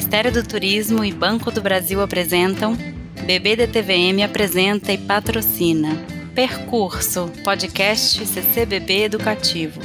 Ministério do Turismo e Banco do Brasil apresentam, BBDTVM apresenta e patrocina. Percurso, podcast CCBB Educativo.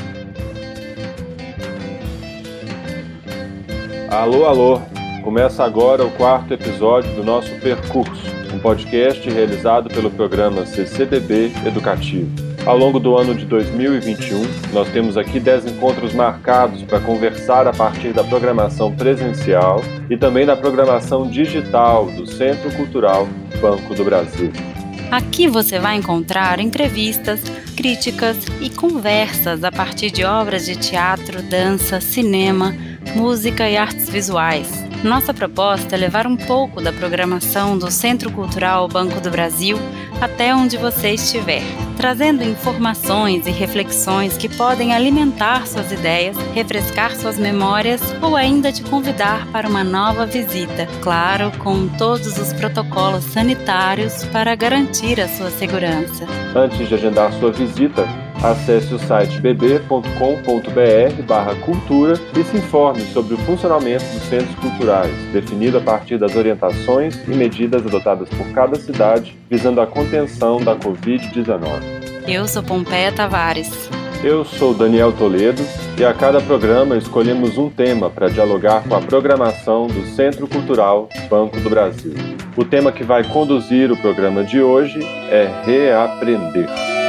Alô, alô! Começa agora o quarto episódio do nosso Percurso, um podcast realizado pelo programa CCBB Educativo. Ao longo do ano de 2021, nós temos aqui 10 encontros marcados para conversar a partir da programação presencial e também da programação digital do Centro Cultural Banco do Brasil. Aqui você vai encontrar entrevistas, críticas e conversas a partir de obras de teatro, dança, cinema, música e artes visuais. Nossa proposta é levar um pouco da programação do Centro Cultural Banco do Brasil até onde você estiver, trazendo informações e reflexões que podem alimentar suas ideias, refrescar suas memórias ou ainda te convidar para uma nova visita, claro, com todos os protocolos sanitários para garantir a sua segurança. Antes de agendar sua visita, acesse o site bb.com.br/cultura e se informe sobre o funcionamento dos centros culturais, definido a partir das orientações e medidas adotadas por cada cidade, visando a contenção da Covid-19. Eu sou Pompeia Tavares. Eu sou Daniel Toledo e a cada programa escolhemos um tema para dialogar com a programação do Centro Cultural Banco do Brasil. O tema que vai conduzir o programa de hoje é reaprender.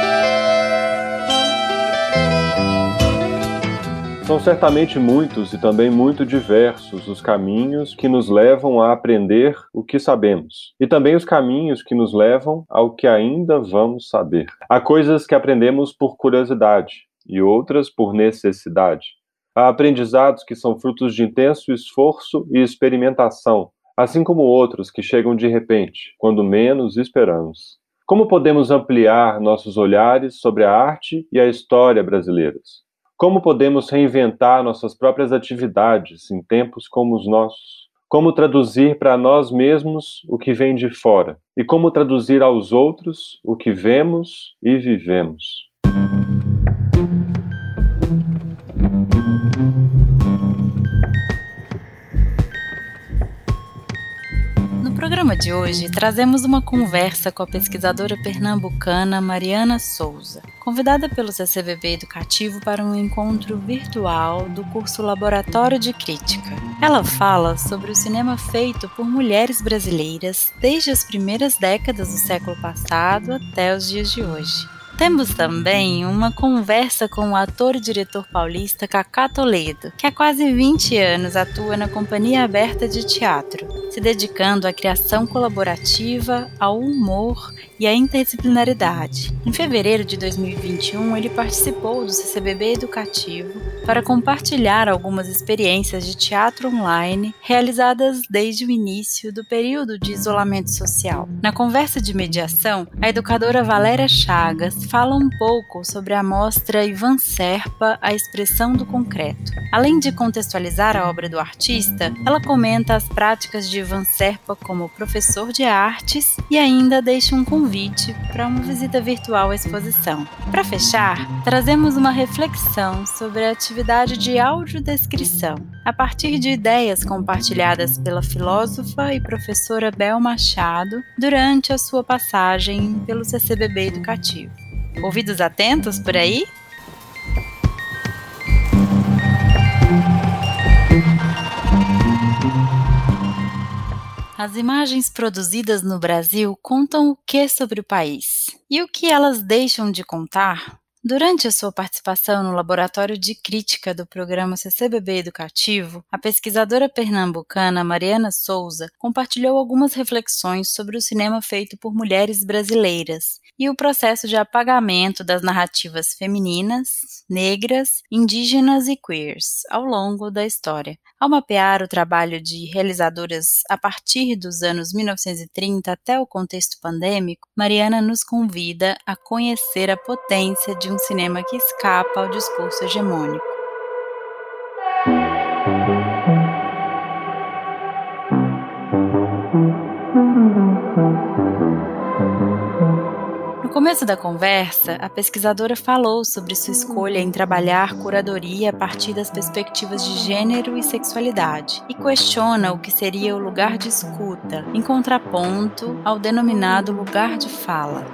São certamente muitos e também muito diversos os caminhos que nos levam a aprender o que sabemos, e também os caminhos que nos levam ao que ainda vamos saber. Há coisas que aprendemos por curiosidade e outras por necessidade. Há aprendizados que são frutos de intenso esforço e experimentação, assim como outros que chegam de repente, quando menos esperamos. Como podemos ampliar nossos olhares sobre a arte e a história brasileiras? Como podemos reinventar nossas próprias atividades em tempos como os nossos? Como traduzir para nós mesmos o que vem de fora? E como traduzir aos outros o que vemos e vivemos? No programa de hoje, trazemos uma conversa com a pesquisadora pernambucana Mariana Souza, convidada pelo CCBB Educativo para um encontro virtual do curso Laboratório de Crítica. Ela fala sobre o cinema feito por mulheres brasileiras desde as primeiras décadas do século passado até os dias de hoje. Temos também uma conversa com o ator e diretor paulista Cacá Toledo, que há quase 20 anos atua na Companhia Aberta de Teatro, se dedicando à criação colaborativa, ao humor e à interdisciplinaridade. Em fevereiro de 2021, ele participou do CCBB Educativo para compartilhar algumas experiências de teatro online realizadas desde o início do período de isolamento social. Na conversa de mediação, a educadora Valéria Chagas fala um pouco sobre a mostra Ivan Serpa, a expressão do concreto. Além de contextualizar a obra do artista, ela comenta as práticas de Ivan Serpa como professor de artes e ainda deixa um convite para uma visita virtual à exposição. Para fechar, trazemos uma reflexão sobre a atividade de audiodescrição, a partir de ideias compartilhadas pela filósofa e professora Bel Machado durante a sua passagem pelo CCBB Educativo. Ouvidos atentos por aí? As imagens produzidas no Brasil contam o que sobre o país? E o que elas deixam de contar? Durante a sua participação no Laboratório de Crítica do programa CCBB Educativo, a pesquisadora pernambucana Mariana Souza compartilhou algumas reflexões sobre o cinema feito por mulheres brasileiras e o processo de apagamento das narrativas femininas, negras, indígenas e queers ao longo da história. Ao mapear o trabalho de realizadoras a partir dos anos 1930 até o contexto pandêmico, Mariana nos convida a conhecer a potência de um cinema que escapa ao discurso hegemônico. No começo da conversa, a pesquisadora falou sobre sua escolha em trabalhar curadoria a partir das perspectivas de gênero e sexualidade e questiona o que seria o lugar de escuta, em contraponto ao denominado lugar de fala.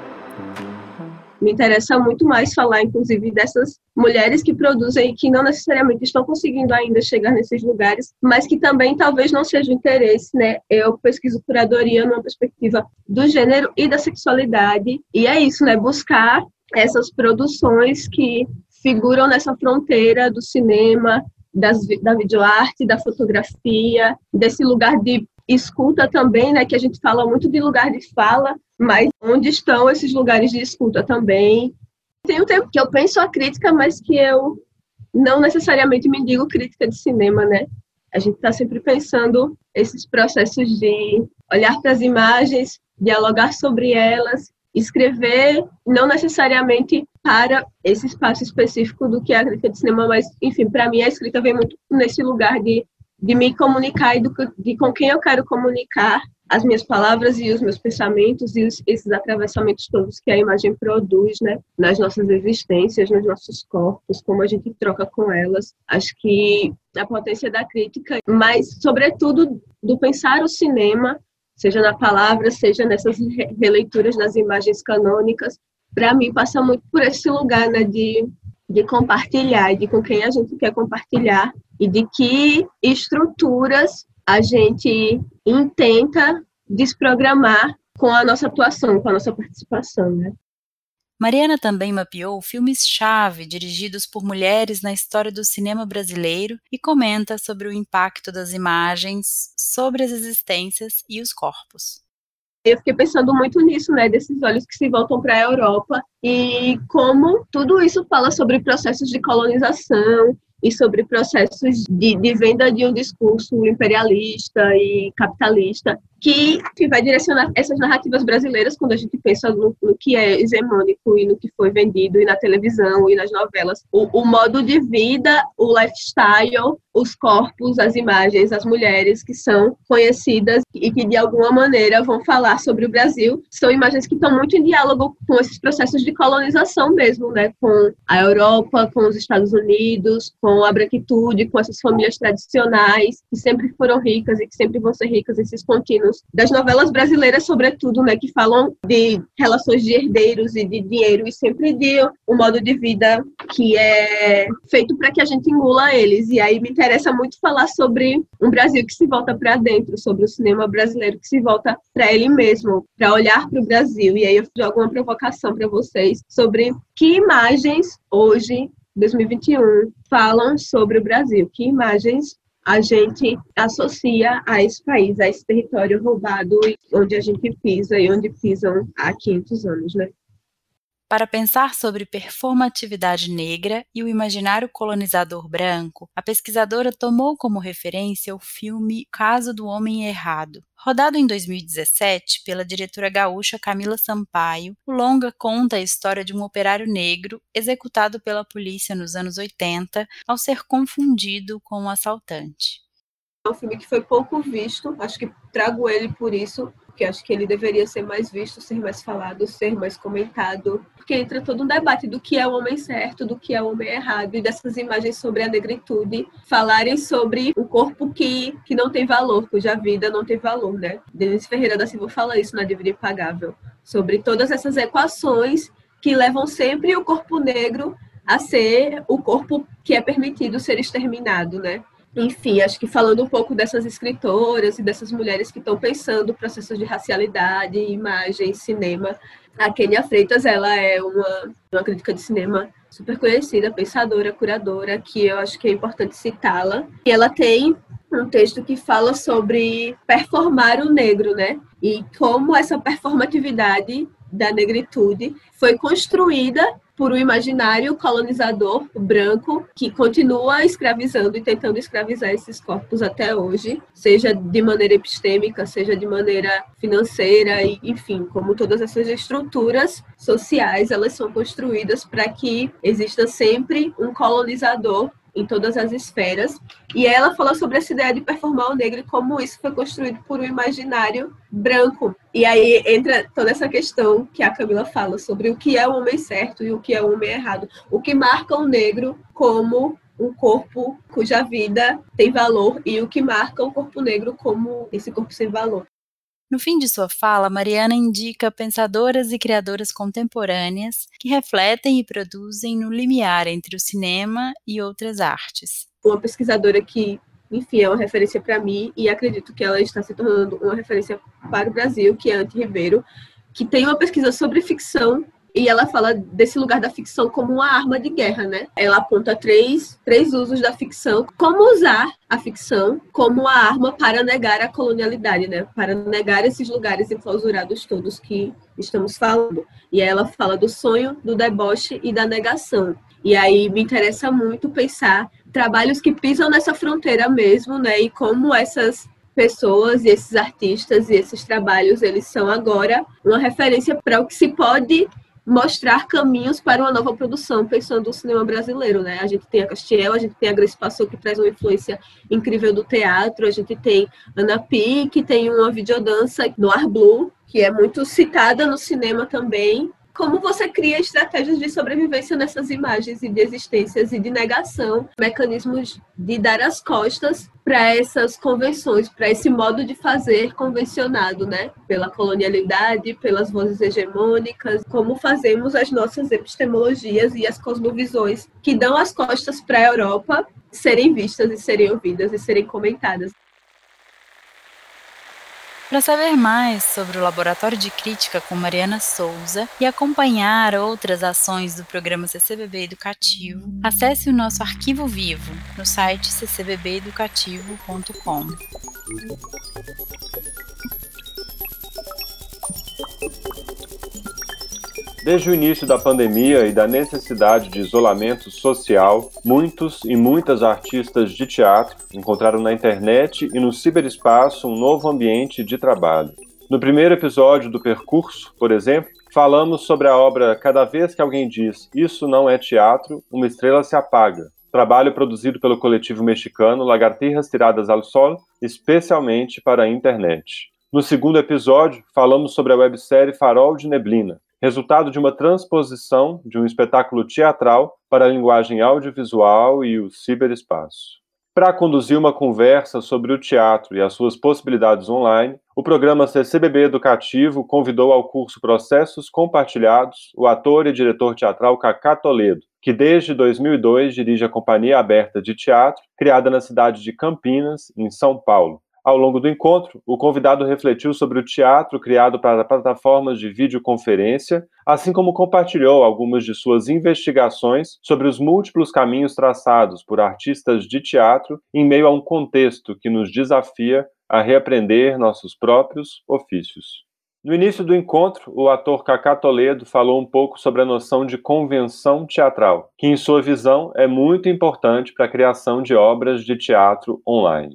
Me interessa muito mais falar, inclusive, dessas mulheres que produzem e que não necessariamente estão conseguindo ainda chegar nesses lugares, mas que também talvez não seja o interesse, né? Eu pesquiso curadoria numa perspectiva do gênero e da sexualidade, e é isso, né? Buscar essas produções que figuram nessa fronteira do cinema, da videoarte, da fotografia, desse lugar de escuta também, né, que a gente fala muito de lugar de fala, mas onde estão esses lugares de escuta também? Tem um tempo que eu penso a crítica, mas que eu não necessariamente me digo crítica de cinema, né? A gente está sempre pensando esses processos de olhar para as imagens, dialogar sobre elas, escrever, não necessariamente para esse espaço específico do que é a crítica de cinema, mas, enfim, para mim a escrita vem muito nesse lugar de me comunicar e de com quem eu quero comunicar as minhas palavras e os meus pensamentos e esses atravessamentos todos que a imagem produz, né, nas nossas existências, nos nossos corpos, como a gente troca com elas. Acho que a potência da crítica, mas, sobretudo, do pensar o cinema, seja na palavra, seja nessas releituras das imagens canônicas, para mim passa muito por esse lugar, né, de compartilhar e de com quem a gente quer compartilhar e de que estruturas a gente intenta desprogramar com a nossa atuação, com a nossa participação, né? Mariana também mapeou filmes-chave dirigidos por mulheres na história do cinema brasileiro e comenta sobre o impacto das imagens sobre as existências e os corpos. Eu fiquei pensando muito nisso, né, desses olhos que se voltam para a Europa e como tudo isso fala sobre processos de colonização e sobre processos de venda de um discurso imperialista e capitalista que vai direcionar essas narrativas brasileiras quando a gente pensa no que é hegemônico e no que foi vendido e na televisão e nas novelas. O modo de vida, o lifestyle, os corpos, as imagens, as mulheres que são conhecidas e que de alguma maneira vão falar sobre o Brasil, são imagens que estão muito em diálogo com esses processos de colonização mesmo, né? Com a Europa, com os Estados Unidos, com a branquitude, com essas famílias tradicionais que sempre foram ricas e que sempre vão ser ricas, esses contínuos das novelas brasileiras, sobretudo, né, que falam de relações de herdeiros e de dinheiro e sempre de um modo de vida que é feito para que a gente engula eles. E aí me interessa muito falar sobre um Brasil que se volta para dentro, sobre o cinema brasileiro que se volta para ele mesmo, para olhar para o Brasil. E aí eu jogo uma provocação para vocês sobre que imagens hoje, 2021, falam sobre o Brasil, que imagens a gente associa a esse país, a esse território roubado onde a gente pisa e onde pisam há 500 anos, né? Para pensar sobre performatividade negra e o imaginário colonizador branco, a pesquisadora tomou como referência o filme Caso do Homem Errado. Rodado em 2017 pela diretora gaúcha Camila Sampaio, o longa conta a história de um operário negro executado pela polícia nos anos 80 ao ser confundido com um assaltante. É um filme que foi pouco visto, acho que trago ele por isso, porque acho que ele deveria ser mais visto, ser mais falado, ser mais comentado, porque entra todo um debate do que é o homem certo, do que é o homem errado, e dessas imagens sobre a negritude, falarem sobre um corpo que não tem valor, cuja vida não tem valor, né? Denise Ferreira da Silva fala isso na Dívida Impagável, sobre todas essas equações que levam sempre o corpo negro a ser o corpo que é permitido ser exterminado, né? Enfim, acho que falando um pouco dessas escritoras e dessas mulheres que estão pensando processos de racialidade, imagem, cinema, a Kênia Freitas, ela é uma crítica de cinema super conhecida, pensadora, curadora, que eu acho que é importante citá-la. E ela tem um texto que fala sobre performar o negro, né? E como essa performatividade da negritude foi construída por um imaginário colonizador branco que continua escravizando e tentando escravizar esses corpos até hoje, seja de maneira epistêmica, seja de maneira financeira, e, enfim, como todas essas estruturas sociais, elas são construídas para que exista sempre um colonizador em todas as esferas. E ela fala sobre essa ideia de performar o negro e como isso foi construído por um imaginário branco. E aí entra toda essa questão que a Camila fala sobre o que é o homem certo e o que é o homem errado. O que marca o negro como um corpo cuja vida tem valor e o que marca o corpo negro como esse corpo sem valor. No fim de sua fala, Mariana indica pensadoras e criadoras contemporâneas que refletem e produzem no limiar entre o cinema e outras artes. Uma pesquisadora que, enfim, é uma referência para mim e acredito que ela está se tornando uma referência para o Brasil, que é a Anty Ribeiro, que tem uma pesquisa sobre ficção e ela fala desse lugar da ficção como uma arma de guerra, né? Ela aponta três usos da ficção, como usar a ficção como uma arma para negar a colonialidade, né? Para negar esses lugares enclausurados todos que estamos falando. E ela fala do sonho, do deboche e da negação. E aí me interessa muito pensar trabalhos que pisam nessa fronteira mesmo, né? E como essas pessoas e esses artistas e esses trabalhos, eles são agora uma referência para o que se pode mostrar caminhos para uma nova produção, pensando no cinema brasileiro, né? A gente tem a Castiel, a gente tem a Grace Passou, que traz uma influência incrível do teatro, a gente tem Ana Pi, que tem uma videodança no Art Blue, que é muito citada no cinema também. Como você cria estratégias de sobrevivência nessas imagens e de existências e de negação, mecanismos de dar as costas para essas convenções, para esse modo de fazer convencionado, né? Pela colonialidade, pelas vozes hegemônicas, como fazemos as nossas epistemologias e as cosmovisões que dão as costas para a Europa serem vistas e serem ouvidas e serem comentadas. Para saber mais sobre o Laboratório de Crítica com Mariana Souza e acompanhar outras ações do programa CCBB Educativo, acesse o nosso arquivo vivo no site ccbbeducativo.com. Desde o início da pandemia e da necessidade de isolamento social, muitos e muitas artistas de teatro encontraram na internet e no ciberespaço um novo ambiente de trabalho. No primeiro episódio do Percurso, por exemplo, falamos sobre a obra Cada vez que alguém diz "Isso não é teatro, uma estrela se apaga", trabalho produzido pelo coletivo mexicano Lagartijas Tiradas al Sol, especialmente para a internet. No segundo episódio, falamos sobre a websérie Farol de Neblina, resultado de uma transposição de um espetáculo teatral para a linguagem audiovisual e o ciberespaço. Para conduzir uma conversa sobre o teatro e as suas possibilidades online, o programa CCBB Educativo convidou ao curso Processos Compartilhados o ator e diretor teatral Cacá Toledo, que desde 2002 dirige a Companhia Aberta de Teatro, criada na cidade de Campinas, em São Paulo. Ao longo do encontro, o convidado refletiu sobre o teatro criado para plataformas de videoconferência, assim como compartilhou algumas de suas investigações sobre os múltiplos caminhos traçados por artistas de teatro em meio a um contexto que nos desafia a reaprender nossos próprios ofícios. No início do encontro, o ator Cacá Toledo falou um pouco sobre a noção de convenção teatral, que, em sua visão, é muito importante para a criação de obras de teatro online.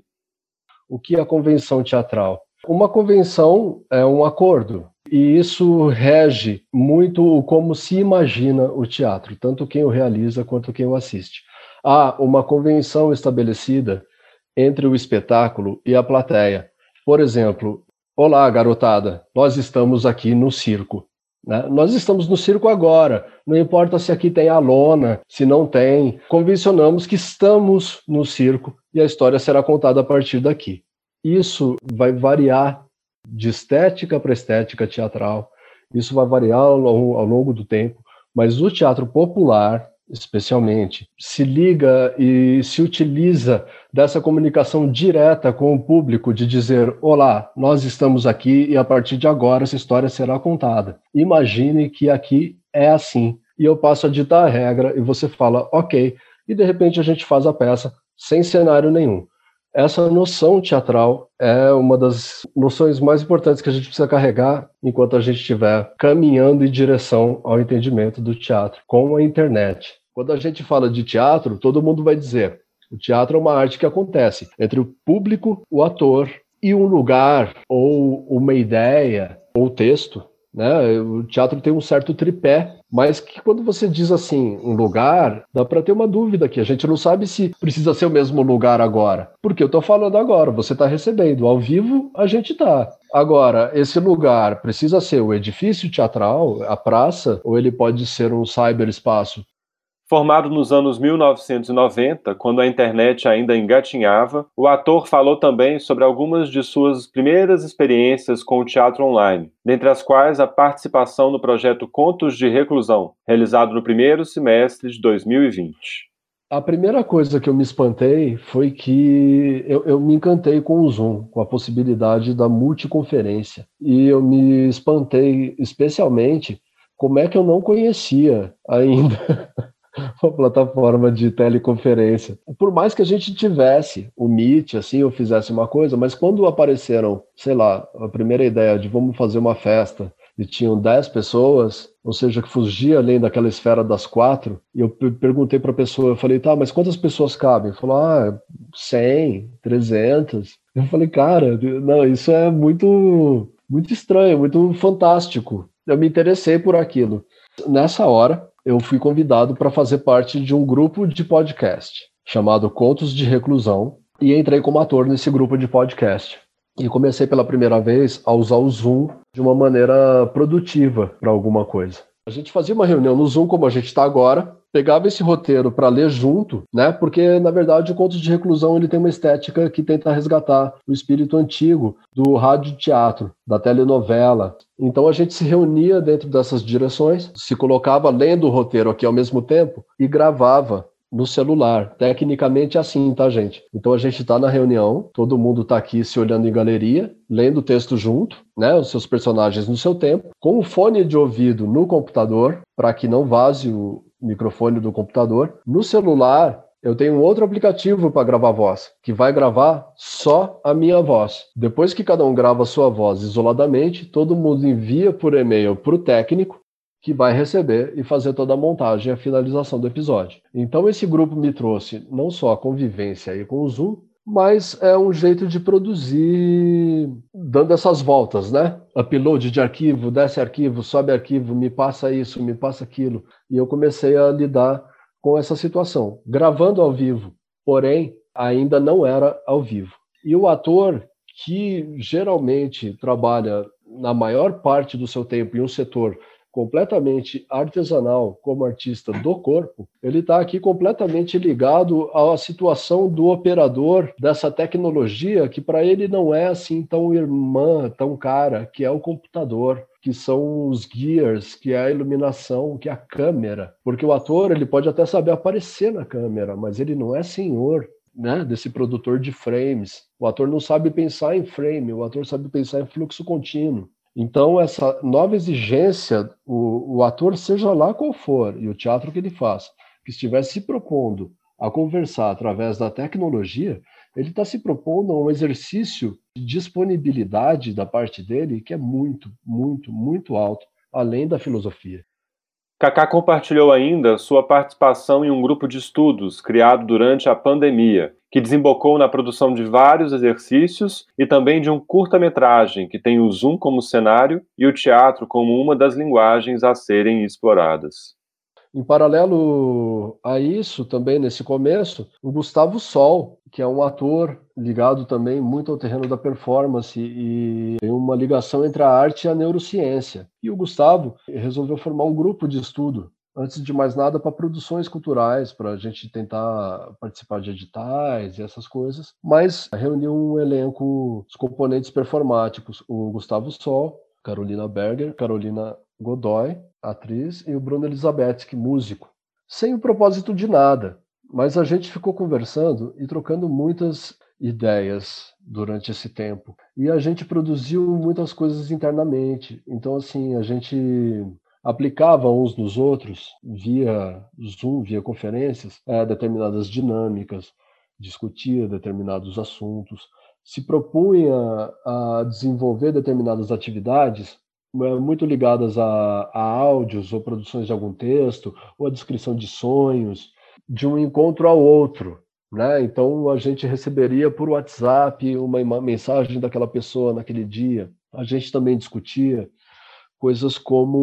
O que é a convenção teatral? Uma convenção é um acordo, e isso rege muito como se imagina o teatro, tanto quem o realiza quanto quem o assiste. Há uma convenção estabelecida entre o espetáculo e a plateia. Por exemplo, olá, garotada, nós estamos aqui no circo. Né? Nós estamos no circo agora, não importa se aqui tem a lona, se não tem, convencionamos que estamos no circo e a história será contada a partir daqui. Isso vai variar de estética para estética teatral, isso vai variar ao longo do tempo, mas o teatro popular, especialmente, se liga e se utiliza dessa comunicação direta com o público, de dizer, olá, nós estamos aqui e a partir de agora essa história será contada. Imagine que aqui é assim, e eu passo a ditar a regra e você fala, ok, e de repente a gente faz a peça sem cenário nenhum. Essa noção teatral é uma das noções mais importantes que a gente precisa carregar enquanto a gente estiver caminhando em direção ao entendimento do teatro com a internet. Quando a gente fala de teatro, todo mundo vai dizer, o teatro é uma arte que acontece entre o público, o ator e um lugar, ou uma ideia, ou texto, né? O teatro tem um certo tripé, mas que quando você diz assim, um lugar, dá para ter uma dúvida aqui. A gente não sabe se precisa ser o mesmo lugar agora. Porque eu estou falando agora, você está recebendo. Ao vivo, a gente está. Agora, esse lugar precisa ser o edifício teatral, a praça, ou ele pode ser um cyberespaço? Formado nos anos 1990, quando a internet ainda engatinhava, o ator falou também sobre algumas de suas primeiras experiências com o teatro online, dentre as quais a participação no projeto Contos de Reclusão, realizado no primeiro semestre de 2020. A primeira coisa que eu me espantei foi que eu me encantei com o Zoom, com a possibilidade da multiconferência. E eu me espantei especialmente como é que eu não conhecia ainda uma plataforma de teleconferência. Por mais que a gente tivesse o Meet, assim, ou fizesse uma coisa, mas quando apareceram, sei lá, a primeira ideia de vamos fazer uma festa e tinham 10 pessoas, ou seja, que fugia além daquela esfera das 4, e eu perguntei para a pessoa, eu falei, tá, mas quantas pessoas cabem? Falou, 100, 300. Eu falei, cara, não, isso é muito, muito estranho, muito fantástico. Eu me interessei por aquilo. Nessa hora, eu fui convidado para fazer parte de um grupo de podcast chamado Contos de Reclusão e entrei como ator nesse grupo de podcast. E comecei pela primeira vez a usar o Zoom de uma maneira produtiva para alguma coisa. A gente fazia uma reunião no Zoom, como a gente está agora, pegava esse roteiro para ler junto, né? Porque, na verdade, o Contos de Reclusão ele tem uma estética que tenta resgatar o espírito antigo do rádio-teatro, da telenovela. Então, a gente se reunia dentro dessas direções, se colocava lendo o roteiro aqui ao mesmo tempo e gravava no celular. Tecnicamente é assim, tá, gente? Então a gente tá na reunião, todo mundo tá aqui se olhando em galeria, lendo o texto junto, né? Os seus personagens no seu tempo, com o fone de ouvido no computador, para que não vaze o microfone do computador. No celular, eu tenho um outro aplicativo para gravar voz, que vai gravar só a minha voz. Depois que cada um grava a sua voz isoladamente, todo mundo envia por e-mail para o técnico, que vai receber e fazer toda a montagem e a finalização do episódio. Então esse grupo me trouxe não só a convivência aí com o Zoom, mas é um jeito de produzir dando essas voltas, né? Upload de arquivo, desce arquivo, sobe arquivo, me passa isso, me passa aquilo. E eu comecei a lidar com essa situação, gravando ao vivo, porém ainda não era ao vivo. E o ator que geralmente trabalha na maior parte do seu tempo em um setor completamente artesanal como artista do corpo, ele está aqui completamente ligado à situação do operador dessa tecnologia que para ele não é assim tão irmã, tão cara, que é o computador, que são os gears, que é a iluminação, que é a câmera. Porque o ator ele pode até saber aparecer na câmera, mas ele não é senhor, né, desse produtor de frames. O ator não sabe pensar em frame, o ator sabe pensar em fluxo contínuo. Então, essa nova exigência, o ator, seja lá qual for, e o teatro que ele faz, que estiver se propondo a conversar através da tecnologia, ele está se propondo a um exercício de disponibilidade da parte dele que é muito, muito, muito alto, além da filosofia. Kaká compartilhou ainda sua participação em um grupo de estudos criado durante a pandemia, que desembocou na produção de vários exercícios e também de um curta-metragem que tem o Zoom como cenário e o teatro como uma das linguagens a serem exploradas. Em paralelo a isso, também nesse começo, o Gustavo Sol, que é um ator ligado também muito ao terreno da performance e tem uma ligação entre a arte e a neurociência. E o Gustavo resolveu formar um grupo de estudo, antes de mais nada, para produções culturais, para a gente tentar participar de editais e essas coisas, mas reuniu um elenco, os componentes performáticos, o Gustavo Sol, Carolina Berger, Carolina Godoy, atriz, e o Bruno Elizabeth, músico. Sem o propósito de nada, mas a gente ficou conversando e trocando muitas ideias durante esse tempo. E a gente produziu muitas coisas internamente. Então, assim, a gente aplicava uns nos outros, via Zoom, via conferências, determinadas dinâmicas, discutia determinados assuntos, se propunha a desenvolver determinadas atividades muito ligadas a áudios ou produções de algum texto, ou a descrição de sonhos, de um encontro ao outro, né? Então a gente receberia por WhatsApp uma mensagem daquela pessoa naquele dia. A gente também discutia coisas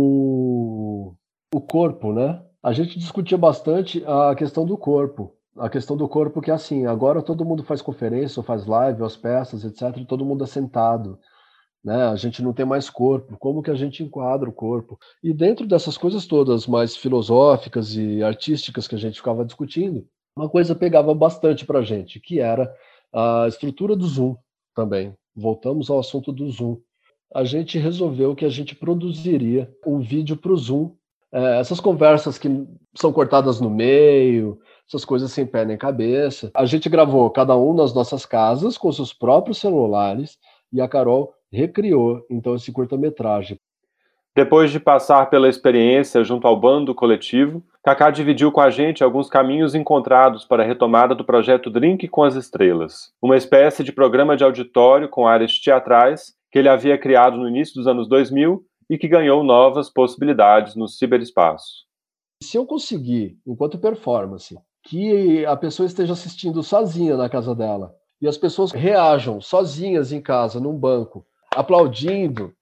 como o corpo, né? A gente discutia bastante a questão do corpo. A questão do corpo que é assim, agora todo mundo faz conferência, ou faz live, ou as peças, etc., e todo mundo é sentado, né? A gente não tem mais corpo. Como que a gente enquadra o corpo? E dentro dessas coisas todas mais filosóficas e artísticas que a gente ficava discutindo, uma coisa pegava bastante para a gente, que era a estrutura do Zoom também. Voltamos ao assunto do Zoom. A gente resolveu que a gente produziria um vídeo para o Zoom. Essas conversas que são cortadas no meio, essas coisas sem pé nem cabeça. A gente gravou cada um nas nossas casas com seus próprios celulares e a Carol recriou então esse curta-metragem. Depois de passar pela experiência junto ao bando coletivo, Cacá dividiu com a gente alguns caminhos encontrados para a retomada do projeto Drink com as Estrelas, uma espécie de programa de auditório com áreas teatrais que ele havia criado no início dos anos 2000 e que ganhou novas possibilidades no ciberespaço. Se eu conseguir, enquanto performance, que a pessoa esteja assistindo sozinha na casa dela e as pessoas reajam sozinhas em casa, num banco, aplaudindo,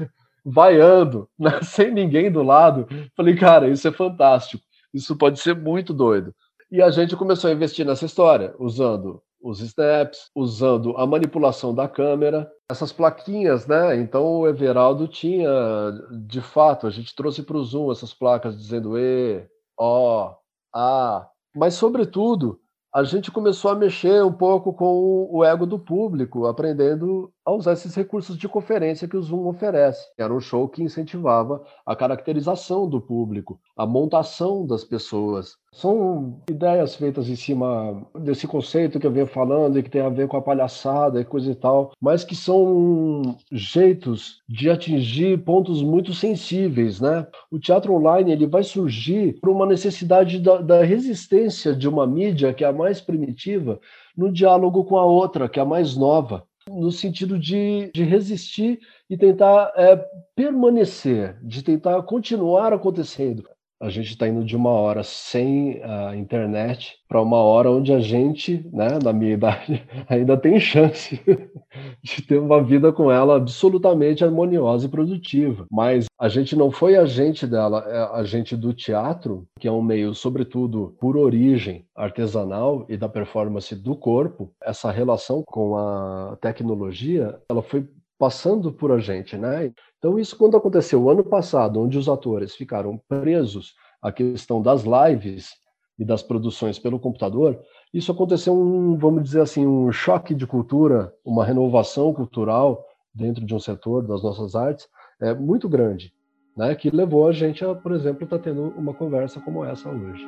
vaiando, né, sem ninguém do lado, falei, cara, isso é fantástico, isso pode ser muito doido. E a gente começou a investir nessa história, usando os snaps, usando a manipulação da câmera, essas plaquinhas, né? Então o Everaldo tinha, de fato, a gente trouxe para o Zoom essas placas dizendo E, O, A, mas sobretudo a gente começou a mexer um pouco com o ego do público, aprendendo a usar esses recursos de conferência que o Zoom oferece. Era um show que incentivava a caracterização do público, a montação das pessoas. São ideias feitas em cima desse conceito que eu venho falando e que tem a ver com a palhaçada e coisa e tal, mas que são jeitos de atingir pontos muito sensíveis, né? O teatro online ele vai surgir por uma necessidade da resistência de uma mídia que é a mais primitiva no diálogo com a outra, que é a mais nova, no sentido de resistir e tentar permanecer, de tentar continuar acontecendo. A gente está indo de uma hora sem a internet para uma hora onde a gente, né, na minha idade, ainda tem chance de ter uma vida com ela absolutamente harmoniosa e produtiva. Mas a gente não foi agente dela, é agente do teatro, que é um meio, sobretudo, por origem artesanal e da performance do corpo. Essa relação com a tecnologia, ela foi passando por a gente, né? Então isso quando aconteceu o ano passado, onde os atores ficaram presos à questão das lives e das produções pelo computador, isso aconteceu vamos dizer assim, um choque de cultura, uma renovação cultural dentro de um setor das nossas artes muito grande, né? Que levou a gente a, por exemplo, estar tendo uma conversa como essa hoje.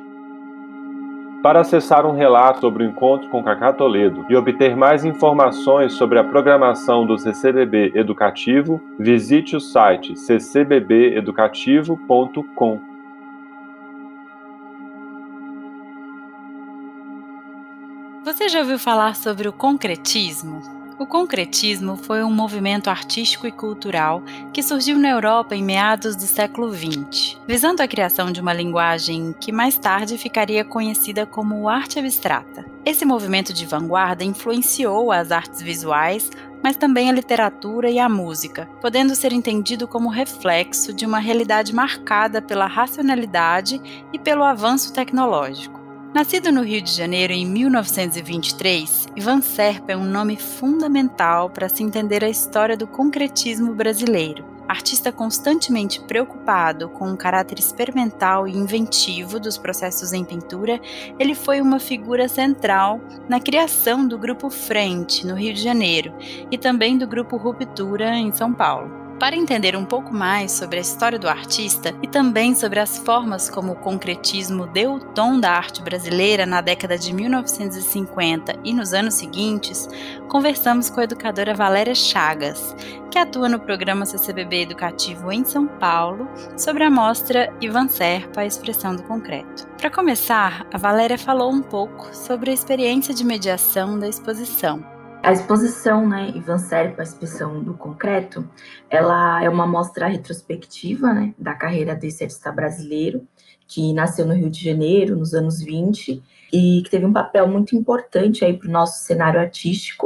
Para acessar um relato sobre o encontro com Cacá Toledo e obter mais informações sobre a programação do CCBB Educativo, visite o site ccbbeducativo.com. Você já ouviu falar sobre o concretismo? O concretismo foi um movimento artístico e cultural que surgiu na Europa em meados do século XX, visando a criação de uma linguagem que mais tarde ficaria conhecida como arte abstrata. Esse movimento de vanguarda influenciou as artes visuais, mas também a literatura e a música, podendo ser entendido como reflexo de uma realidade marcada pela racionalidade e pelo avanço tecnológico. Nascido no Rio de Janeiro em 1923, Ivan Serpa é um nome fundamental para se entender a história do concretismo brasileiro. Artista constantemente preocupado com o caráter experimental e inventivo dos processos em pintura, ele foi uma figura central na criação do Grupo Frente, no Rio de Janeiro, e também do Grupo Ruptura, em São Paulo. Para entender um pouco mais sobre a história do artista e também sobre as formas como o concretismo deu o tom da arte brasileira na década de 1950 e nos anos seguintes, conversamos com a educadora Valéria Chagas, que atua no programa CCBB Educativo em São Paulo, sobre a mostra Ivan Serpa, a expressão do concreto. Para começar, a Valéria falou um pouco sobre a experiência de mediação da exposição. A exposição, Ivan Serpa, a expressão do concreto, ela é uma mostra retrospectiva, da carreira desse artista brasileiro, que nasceu no Rio de Janeiro, nos anos 20, e que teve um papel muito importante para o nosso cenário artístico.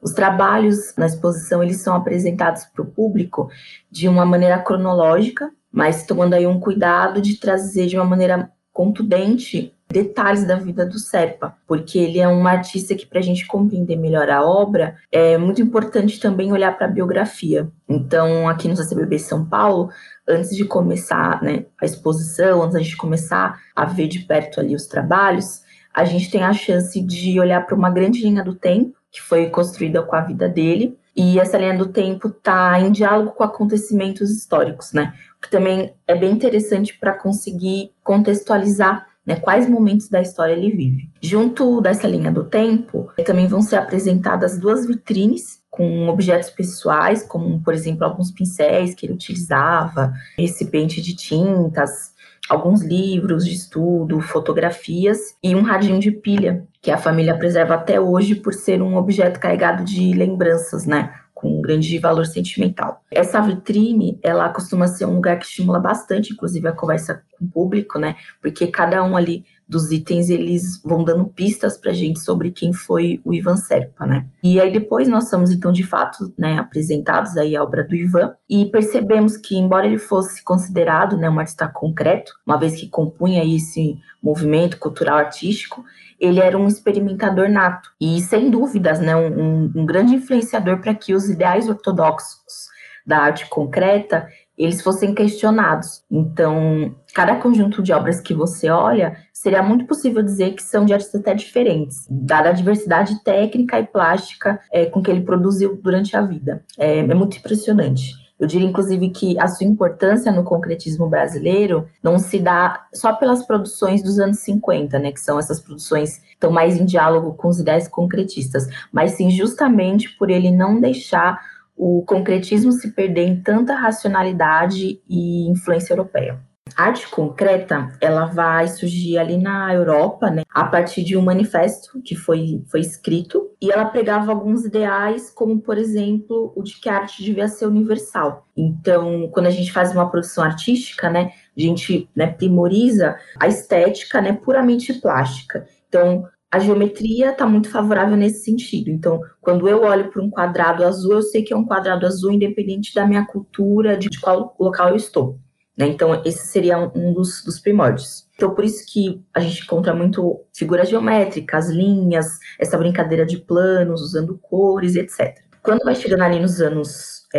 Os trabalhos na exposição, eles são apresentados para o público de uma maneira cronológica, mas tomando aí um cuidado de trazer de uma maneira contundente detalhes da vida do Serpa, porque ele é um artista que, para a gente compreender melhor a obra, é muito importante também olhar para a biografia. Então, aqui no CCBB São Paulo, antes de começar, né, a exposição, antes de começar a ver de perto ali os trabalhos, a gente tem a chance de olhar para uma grande linha do tempo, que foi construída com a vida dele, e essa linha do tempo está em diálogo com acontecimentos históricos, né? O que também é bem interessante para conseguir contextualizar, né, quais momentos da história ele vive. Junto dessa linha do tempo, também vão ser apresentadas 2 vitrines com objetos pessoais, como, por exemplo, alguns pincéis que ele utilizava, recipiente de tintas, alguns livros de estudo, fotografias e um radinho de pilha, que a família preserva até hoje por ser um objeto carregado de lembranças, né, com um grande valor sentimental. Essa vitrine, ela costuma ser um lugar que estimula bastante, inclusive, a conversa com o público, né, porque cada um ali dos itens, eles vão dando pistas pra gente sobre quem foi o Ivan Serpa, né. E aí depois nós somos, então, de fato, né, apresentados aí a obra do Ivan e percebemos que, embora ele fosse considerado, né, um artista concreto, uma vez que compunha esse movimento cultural artístico, ele era um experimentador nato e, sem dúvidas, né, um grande influenciador para que os ideais ortodoxos da arte concreta eles fossem questionados. Então, cada conjunto de obras que você olha, seria muito possível dizer que são de artistas até diferentes, dada a diversidade técnica e plástica com que ele produziu durante a vida. É muito impressionante. Eu diria, inclusive, que a sua importância no concretismo brasileiro não se dá só pelas produções dos anos 50, né, que são essas produções que estão mais em diálogo com os ideais concretistas, mas sim justamente por ele não deixar o concretismo se perder em tanta racionalidade e influência europeia. A arte concreta, ela vai surgir ali na Europa, né, a partir de um manifesto que foi escrito, e ela pregava alguns ideais, como, por exemplo, o de que a arte devia ser universal. Então, quando a gente faz uma produção artística, né, a gente, né, primoriza a estética, né, puramente plástica. Então, a geometria está muito favorável nesse sentido. Então, quando eu olho para um quadrado azul, eu sei que é um quadrado azul independente da minha cultura, de qual local eu estou. Então, esse seria um dos primórdios. Então, por isso que a gente encontra muito figuras geométricas, linhas, essa brincadeira de planos, usando cores, etc. Quando vai chegando ali nos anos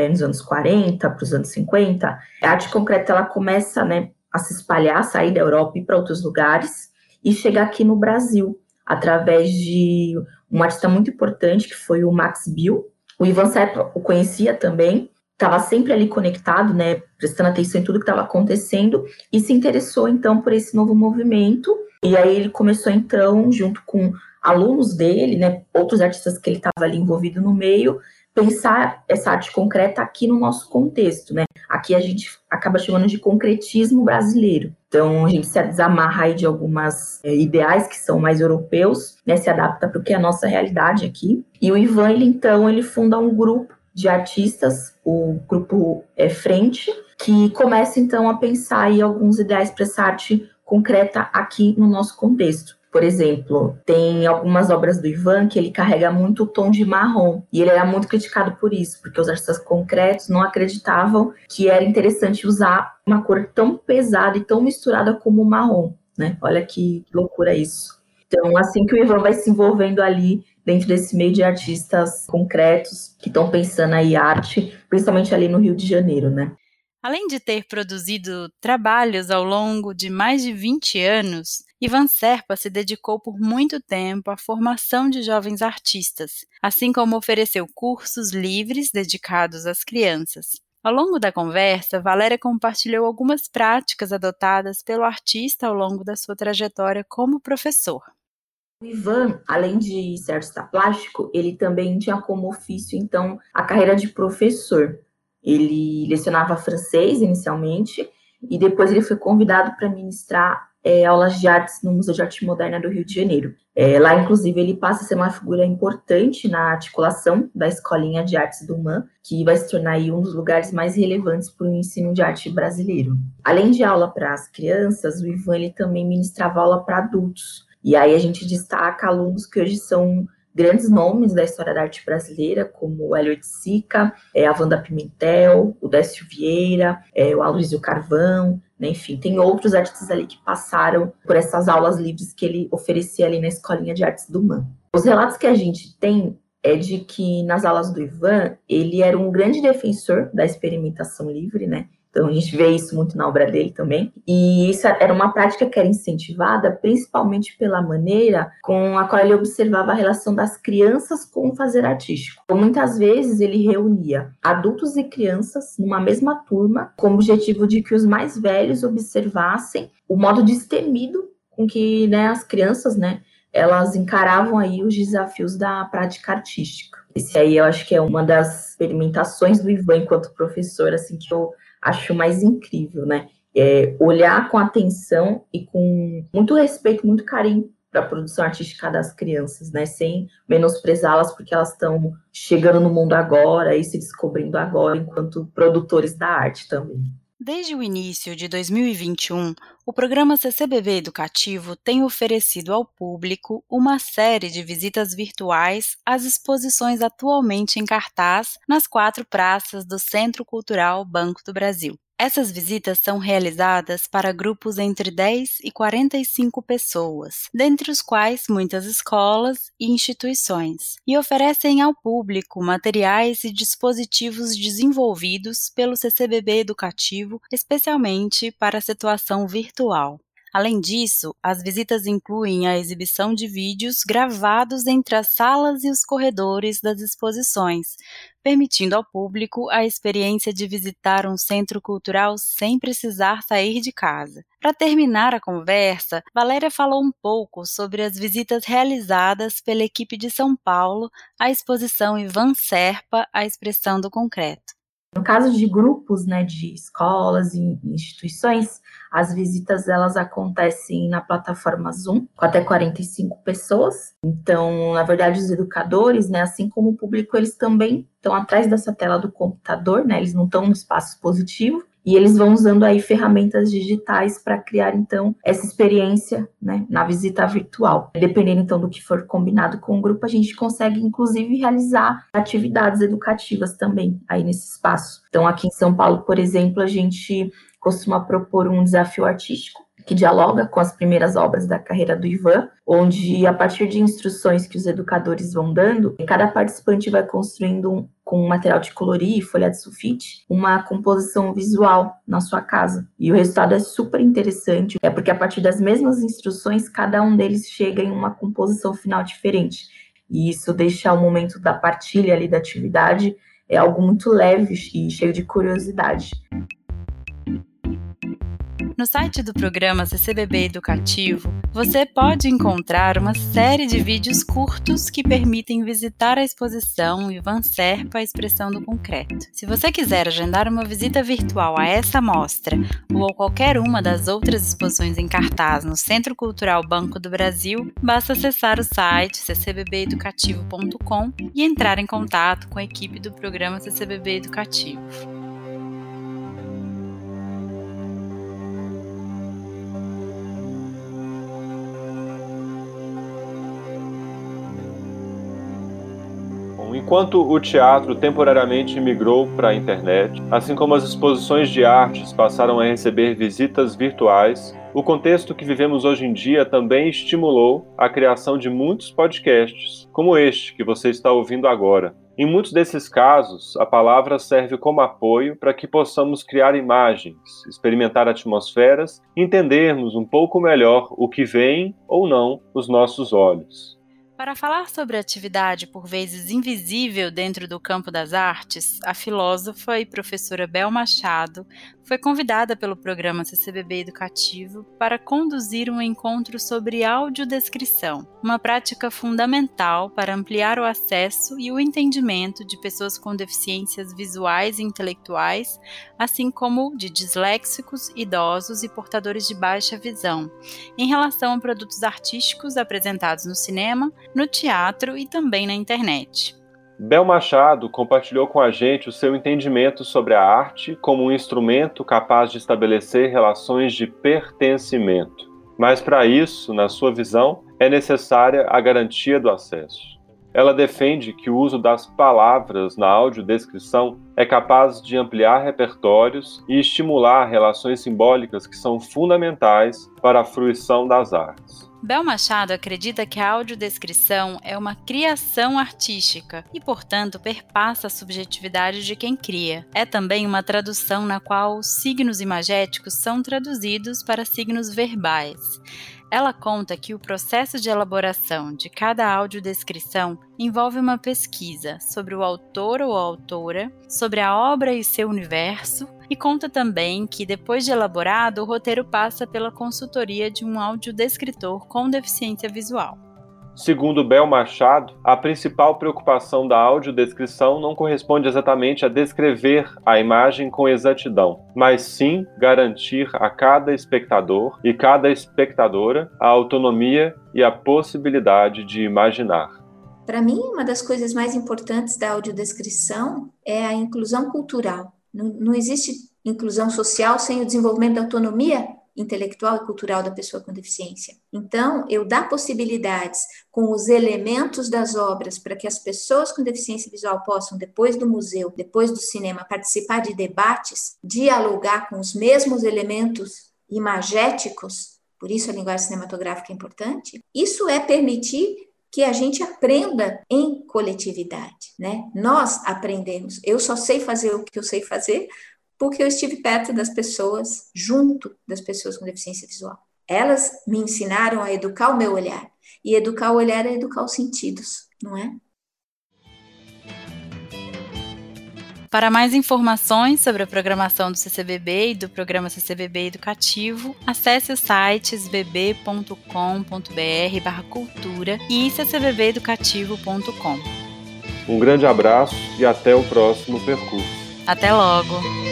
40 para os anos 50, a arte concreta ela começa, né, a se espalhar, sair da Europa e para outros lugares, e chegar aqui no Brasil, através de um artista muito importante, que foi o Max Bill. O Ivan Serpa o conhecia também, estava sempre ali conectado, né, prestando atenção em tudo que estava acontecendo, e se interessou, então, por esse novo movimento. E aí ele começou, então, junto com alunos dele, né, outros artistas que ele estava ali envolvido no meio, pensar essa arte concreta aqui no nosso contexto, né? Aqui a gente acaba chamando de concretismo brasileiro. Então, a gente se desamarra aí de algumas ideais que são mais europeus, né, se adapta para o que é a nossa realidade aqui. E o Ivan, ele funda um grupo de artistas, o grupo Frente, que começa então a pensar aí alguns ideais para essa arte concreta aqui no nosso contexto. Por exemplo, tem algumas obras do Ivan que ele carrega muito o tom de marrom, e ele era muito criticado por isso, porque os artistas concretos não acreditavam que era interessante usar uma cor tão pesada e tão misturada como o marrom, né? Olha que loucura isso. Então, assim que o Ivan vai se envolvendo ali dentro desse meio de artistas concretos que estão pensando aí arte, principalmente ali no Rio de Janeiro, né? Além de ter produzido trabalhos ao longo de mais de 20 anos, Ivan Serpa se dedicou por muito tempo à formação de jovens artistas, assim como ofereceu cursos livres dedicados às crianças. Ao longo da conversa, Valéria compartilhou algumas práticas adotadas pelo artista ao longo da sua trajetória como professor. O Ivan, além de ser artista plástico, ele também tinha como ofício, então, a carreira de professor. Ele lecionava francês inicialmente e depois ele foi convidado para ministrar aulas de artes no Museu de Arte Moderna do Rio de Janeiro. Lá, inclusive, ele passa a ser uma figura importante na articulação da Escolinha de Artes do MAN, que vai se tornar aí um dos lugares mais relevantes para o ensino de arte brasileiro. Além de aula para as crianças, o Ivan ele também ministrava aula para adultos. E aí a gente destaca alunos que hoje são grandes nomes da história da arte brasileira, como o Hélio Oiticica, a Wanda Pimentel, o Décio Vieira, o Aloysio Carvão, né? Enfim, tem outros artistas ali que passaram por essas aulas livres que ele oferecia ali na Escolinha de Artes do MAN. Os relatos que a gente tem é de que nas aulas do Ivan, ele era um grande defensor da experimentação livre, né? Então, a gente vê isso muito na obra dele também. E isso era uma prática que era incentivada principalmente pela maneira com a qual ele observava a relação das crianças com o fazer artístico. Então, muitas vezes, ele reunia adultos e crianças numa mesma turma com o objetivo de que os mais velhos observassem o modo destemido com que, né, as crianças, né, elas encaravam aí os desafios da prática artística. Esse aí eu acho que é uma das experimentações do Ivan enquanto professor, assim, que eu acho mais incrível, né? Olhar com atenção e com muito respeito, muito carinho para a produção artística das crianças, né? Sem menosprezá-las porque elas estão chegando no mundo agora e se descobrindo agora enquanto produtores da arte também. Desde o início de 2021, o programa CCBB Educativo tem oferecido ao público uma série de visitas virtuais às exposições atualmente em cartaz nas 4 praças do Centro Cultural Banco do Brasil. Essas visitas são realizadas para grupos entre 10 e 45 pessoas, dentre os quais muitas escolas e instituições, e oferecem ao público materiais e dispositivos desenvolvidos pelo CCBB Educativo, especialmente para a situação virtual. Além disso, as visitas incluem a exibição de vídeos gravados entre as salas e os corredores das exposições, permitindo ao público a experiência de visitar um centro cultural sem precisar sair de casa. Para terminar a conversa, Valéria falou um pouco sobre as visitas realizadas pela equipe de São Paulo à exposição Ivan Serpa, A Expressão do Concreto. No caso de grupos, né, de escolas e instituições, as visitas elas acontecem na plataforma Zoom, com até 45 pessoas. Então, na verdade, os educadores, né, assim como o público, eles também estão atrás dessa tela do computador, né, eles não estão no espaço expositivo, e eles vão usando aí ferramentas digitais para criar, então, essa experiência, né, na visita virtual. Dependendo, então, do que for combinado com o grupo, a gente consegue, inclusive, realizar atividades educativas também aí nesse espaço. Então, aqui em São Paulo, por exemplo, a gente costuma propor um desafio artístico que dialoga com as primeiras obras da carreira do Ivan, onde, a partir de instruções que os educadores vão dando, cada participante vai construindo com material de colorir, folha de sulfite, uma composição visual na sua casa. E o resultado é super interessante, porque a partir das mesmas instruções, cada um deles chega em uma composição final diferente. E isso deixa o momento da partilha ali da atividade algo muito leve e cheio de curiosidade. No site do programa CCBB Educativo, você pode encontrar uma série de vídeos curtos que permitem visitar a exposição Ivan Serpa, A Expressão do Concreto. Se você quiser agendar uma visita virtual a essa mostra ou a qualquer uma das outras exposições em cartaz no Centro Cultural Banco do Brasil, basta acessar o site ccbbeducativo.com e entrar em contato com a equipe do programa CCBB Educativo. Enquanto o teatro temporariamente migrou para a internet, assim como as exposições de artes passaram a receber visitas virtuais, o contexto que vivemos hoje em dia também estimulou a criação de muitos podcasts, como este que você está ouvindo agora. Em muitos desses casos, a palavra serve como apoio para que possamos criar imagens, experimentar atmosferas e entendermos um pouco melhor o que vem ou não os nossos olhos. Para falar sobre a atividade por vezes invisível dentro do campo das artes, a filósofa e professora Bel Machado foi convidada pelo programa CCBB Educativo para conduzir um encontro sobre audiodescrição, uma prática fundamental para ampliar o acesso e o entendimento de pessoas com deficiências visuais e intelectuais, assim como de disléxicos, idosos e portadores de baixa visão, em relação a produtos artísticos apresentados no cinema, no teatro e também na internet. Bel Machado compartilhou com a gente o seu entendimento sobre a arte como um instrumento capaz de estabelecer relações de pertencimento. Mas para isso, na sua visão, é necessária a garantia do acesso. Ela defende que o uso das palavras na audiodescrição é capaz de ampliar repertórios e estimular relações simbólicas que são fundamentais para a fruição das artes. Bel Machado acredita que a audiodescrição é uma criação artística e, portanto, perpassa a subjetividade de quem cria. É também uma tradução na qual os signos imagéticos são traduzidos para signos verbais. Ela conta que o processo de elaboração de cada audiodescrição envolve uma pesquisa sobre o autor ou autora, sobre a obra e seu universo, e conta também que, depois de elaborado, o roteiro passa pela consultoria de um audiodescritor com deficiência visual. Segundo Bel Machado, a principal preocupação da audiodescrição não corresponde exatamente a descrever a imagem com exatidão, mas sim garantir a cada espectador e cada espectadora a autonomia e a possibilidade de imaginar. Para mim, uma das coisas mais importantes da audiodescrição é a inclusão cultural. Não existe inclusão social sem o desenvolvimento da autonomia intelectual e cultural da pessoa com deficiência. Então, eu dar possibilidades com os elementos das obras para que as pessoas com deficiência visual possam, depois do museu, depois do cinema, participar de debates, dialogar com os mesmos elementos imagéticos, por isso a linguagem cinematográfica é importante, isso é permitir que a gente aprenda em coletividade, né? Nós aprendemos. Eu só sei fazer o que eu sei fazer porque eu estive perto das pessoas, junto das pessoas com deficiência visual. Elas me ensinaram a educar o meu olhar. E educar o olhar é educar os sentidos, não é? Para mais informações sobre a programação do CCBB e do programa CCBB Educativo, acesse os sites bb.com.br/cultura e ccbbeducativo.com. Um grande abraço e até o próximo percurso. Até logo!